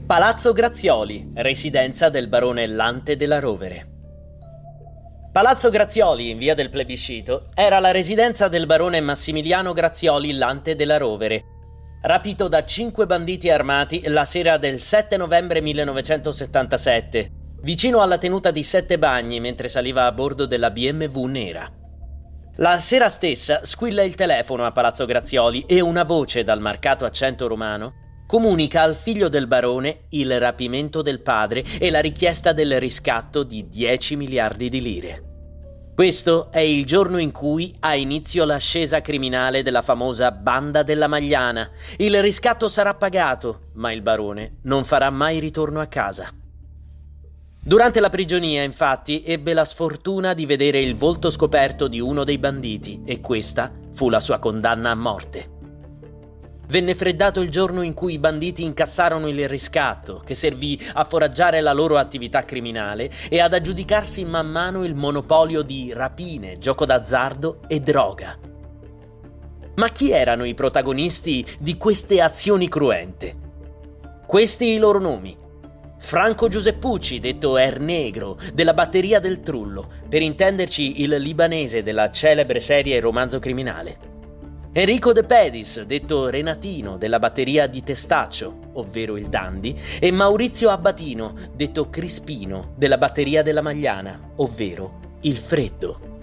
Palazzo Grazioli, residenza del barone Lante della Rovere. Palazzo Grazioli, in via del Plebiscito, era la residenza del barone Massimiliano Grazioli Lante della Rovere, rapito da 5 banditi armati la sera del 7 novembre 1977, vicino alla tenuta di Sette Bagni mentre saliva a bordo della BMW nera. La sera stessa squilla il telefono a Palazzo Grazioli e una voce dal marcato accento romano comunica al figlio del barone il rapimento del padre e la richiesta del riscatto di 10 miliardi di lire. Questo è il giorno in cui ha inizio l'ascesa criminale della famosa Banda della Magliana. Il riscatto sarà pagato, ma il barone non farà mai ritorno a casa. Durante la prigionia, infatti, ebbe la sfortuna di vedere il volto scoperto di uno dei banditi e questa fu la sua condanna a morte. Venne freddato il giorno in cui i banditi incassarono il riscatto, che servì a foraggiare la loro attività criminale e ad aggiudicarsi man mano il monopolio di rapine, gioco d'azzardo e droga. Ma chi erano i protagonisti di queste azioni cruente? Questi i loro nomi. Franco Giuseppucci, detto Ernegro, della Batteria del Trullo, per intenderci il libanese della celebre serie Romanzo Criminale. Enrico De Pedis, detto Renatino, della Batteria di Testaccio, ovvero il Dandy, e Maurizio Abbatino, detto Crispino, della Batteria della Magliana, ovvero il Freddo.